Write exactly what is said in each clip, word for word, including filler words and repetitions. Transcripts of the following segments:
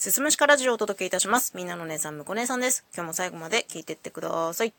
すすむしかラジオをお届けいたします。みんなの姉さん、むこ姉さんです。今日も最後まで聞いてってください。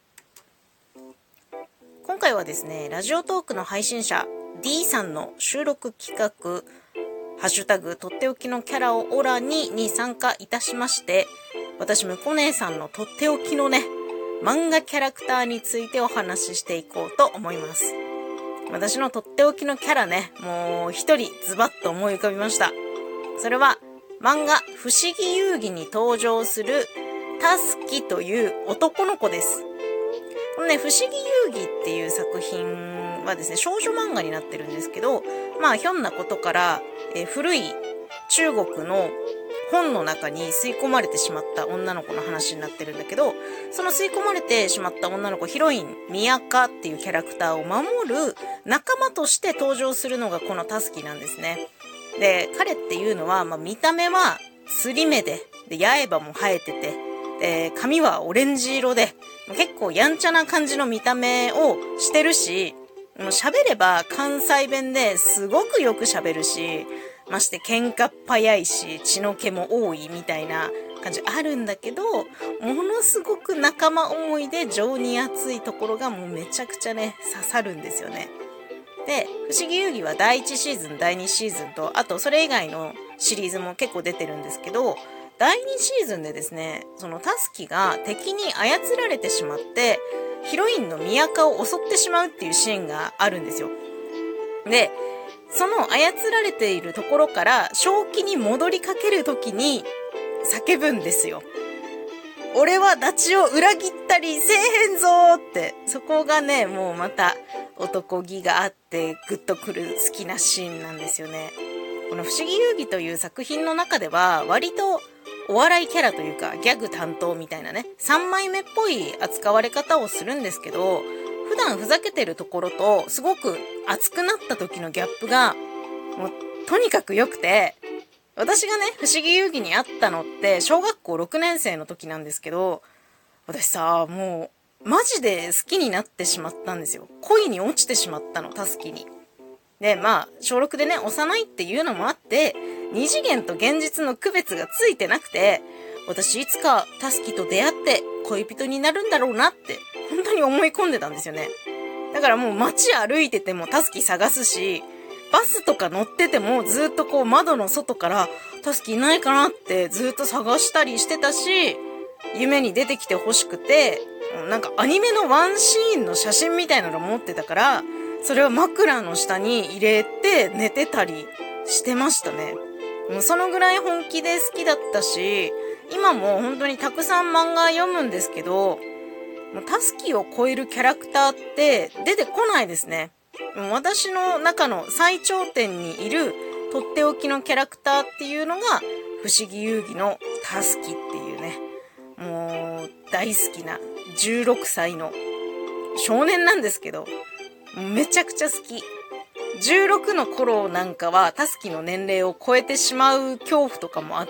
今回はですね、ラジオトークの配信者 D さんの収録企画、ハッシュタグ、とっておきのキャラをオラにに参加いたしまして、私、むこ姉さんのとっておきのね、漫画キャラクターについてお話ししていこうと思います。私のとっておきのキャラね、もう一人ズバッと思い浮かびました。それは、漫画不思議遊戯に登場するタスキという男の子です。このね、不思議遊戯っていう作品はですね、少女漫画になってるんですけど、まあひょんなことから、えー、古い中国の本の中に吸い込まれてしまった女の子の話になってるんだけど、その吸い込まれてしまった女の子、ヒロイン宮香っていうキャラクターを守る仲間として登場するのがこのタスキなんですね。で、彼っていうのは、まあ、見た目はすり目で、で、刃も生えてて、で、髪はオレンジ色で、結構やんちゃな感じの見た目をしてるし、もう喋れば関西弁ですごくよく喋るし、まして喧嘩っ早いし、血の気も多いみたいな感じあるんだけど、ものすごく仲間思いで情に熱いところがもうめちゃくちゃね、刺さるんですよね。で、不思議遊戯はだいいちシーズン、だいにシーズンと、あとそれ以外のシリーズも結構出てるんですけど、だいにシーズンでですね、そのタスキが敵に操られてしまって、ヒロインの宮香を襲ってしまうっていうシーンがあるんですよ。で、その操られているところから正気に戻りかけるときに叫ぶんですよ。俺はダチを裏切ったりせえへんぞーって。そこがね、もうまた男気があってグッとくる好きなシーンなんですよね。この不思議遊戯という作品の中では割とお笑いキャラというかギャグ担当みたいなね、三枚目っぽい扱われ方をするんですけど、普段ふざけてるところとすごく熱くなった時のギャップがもうとにかく良くて、私がね、不思議遊戯に会ったのって小学校ろくねん生の時なんですけど、私さ、もうマジで好きになってしまったんですよ。恋に落ちてしまったの、タスキに。で、まあ小ろくでね、幼いっていうのもあって二次元と現実の区別がついてなくて、私いつかタスキと出会って恋人になるんだろうなって本当に思い込んでたんですよね。だからもう街歩いててもタスキ探すし、バスとか乗っててもずっとこう窓の外からタスキいないかなってずっと探したりしてたし、夢に出てきてほしくて、なんかアニメのワンシーンの写真みたいなの持ってたから、それを枕の下に入れて寝てたりしてましたね。もうそのぐらい本気で好きだったし、今も本当にたくさん漫画読むんですけど、もうタスキを超えるキャラクターって出てこないですね。私の中の最頂点にいるとっておきのキャラクターっていうのが不思議遊戯のタスキっていうね、もう大好きなじゅうろくさいの少年なんですけど、めちゃくちゃ好き。じゅうろくの頃なんかはタスキの年齢を超えてしまう恐怖とかもあって、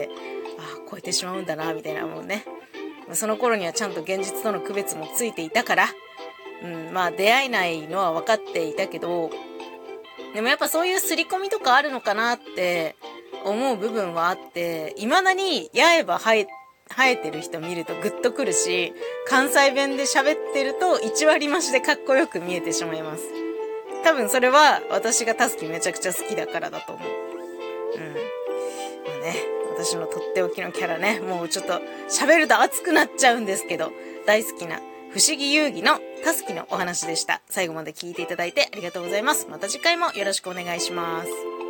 ああ超えてしまうんだなみたいな、もうね、その頃にはちゃんと現実との区別もついていたから、うん、まあ出会えないのは分かっていたけど、でもやっぱそういう刷り込みとかあるのかなって思う部分はあって、未だに刃生え、生えてる人見るとグッとくるし、関西弁で喋ってるといち割増しでかっこよく見えてしまいます。多分それは私がタスキめちゃくちゃ好きだからだと思う。うん。まあね、私のとっておきのキャラね、もうちょっと喋ると熱くなっちゃうんですけど、大好きな不思議遊戯のタスキのお話でした。最後まで聞いていただいてありがとうございます。また次回もよろしくお願いします。